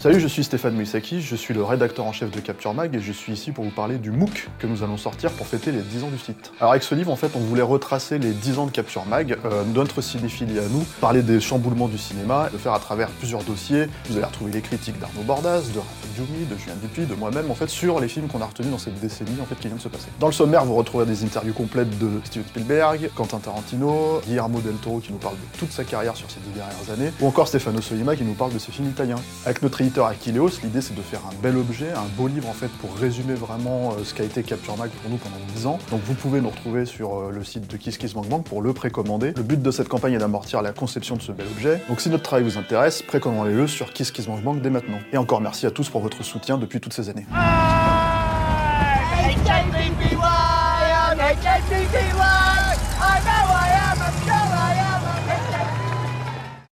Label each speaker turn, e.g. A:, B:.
A: Salut, je suis Stéphane Moïsaki, je suis le rédacteur en chef de Capture Mag et je suis ici pour vous parler du MOOC que nous allons sortir pour fêter les 10 ans du site. Alors avec ce livre, en fait, on voulait retracer les 10 ans de Capture Mag, notre cinéphilie à nous, parler des chamboulements du cinéma, le faire à travers plusieurs dossiers. Vous allez retrouver les critiques d'Arnaud Bordas, de Rafik Djoumi, de Julien Dupuis, de moi-même, en fait, sur les films qu'on a retenus dans cette décennie, en fait, qui vient de se passer. Dans le sommaire, vous retrouverez des interviews complètes de Steven Spielberg, Quentin Tarantino, Guillermo del Toro qui nous parle de toute sa carrière sur ces 10 dernières années, ou encore Stefano Sollima qui nous parle de ses films italiens. Avec notre éditeur Aquileos, l'idée c'est de faire un bel objet, un beau livre en fait pour résumer vraiment ce qu'a été Capture Mag pour nous pendant 10 ans. Donc vous pouvez nous retrouver sur le site de KissKissBankBank pour le précommander. Le but de cette campagne est d'amortir la conception de ce bel objet. Donc si notre travail vous intéresse, précommandez-le sur KissKissBankBank dès maintenant. Et encore merci à tous pour votre soutien depuis toutes ces années.
B: I can't be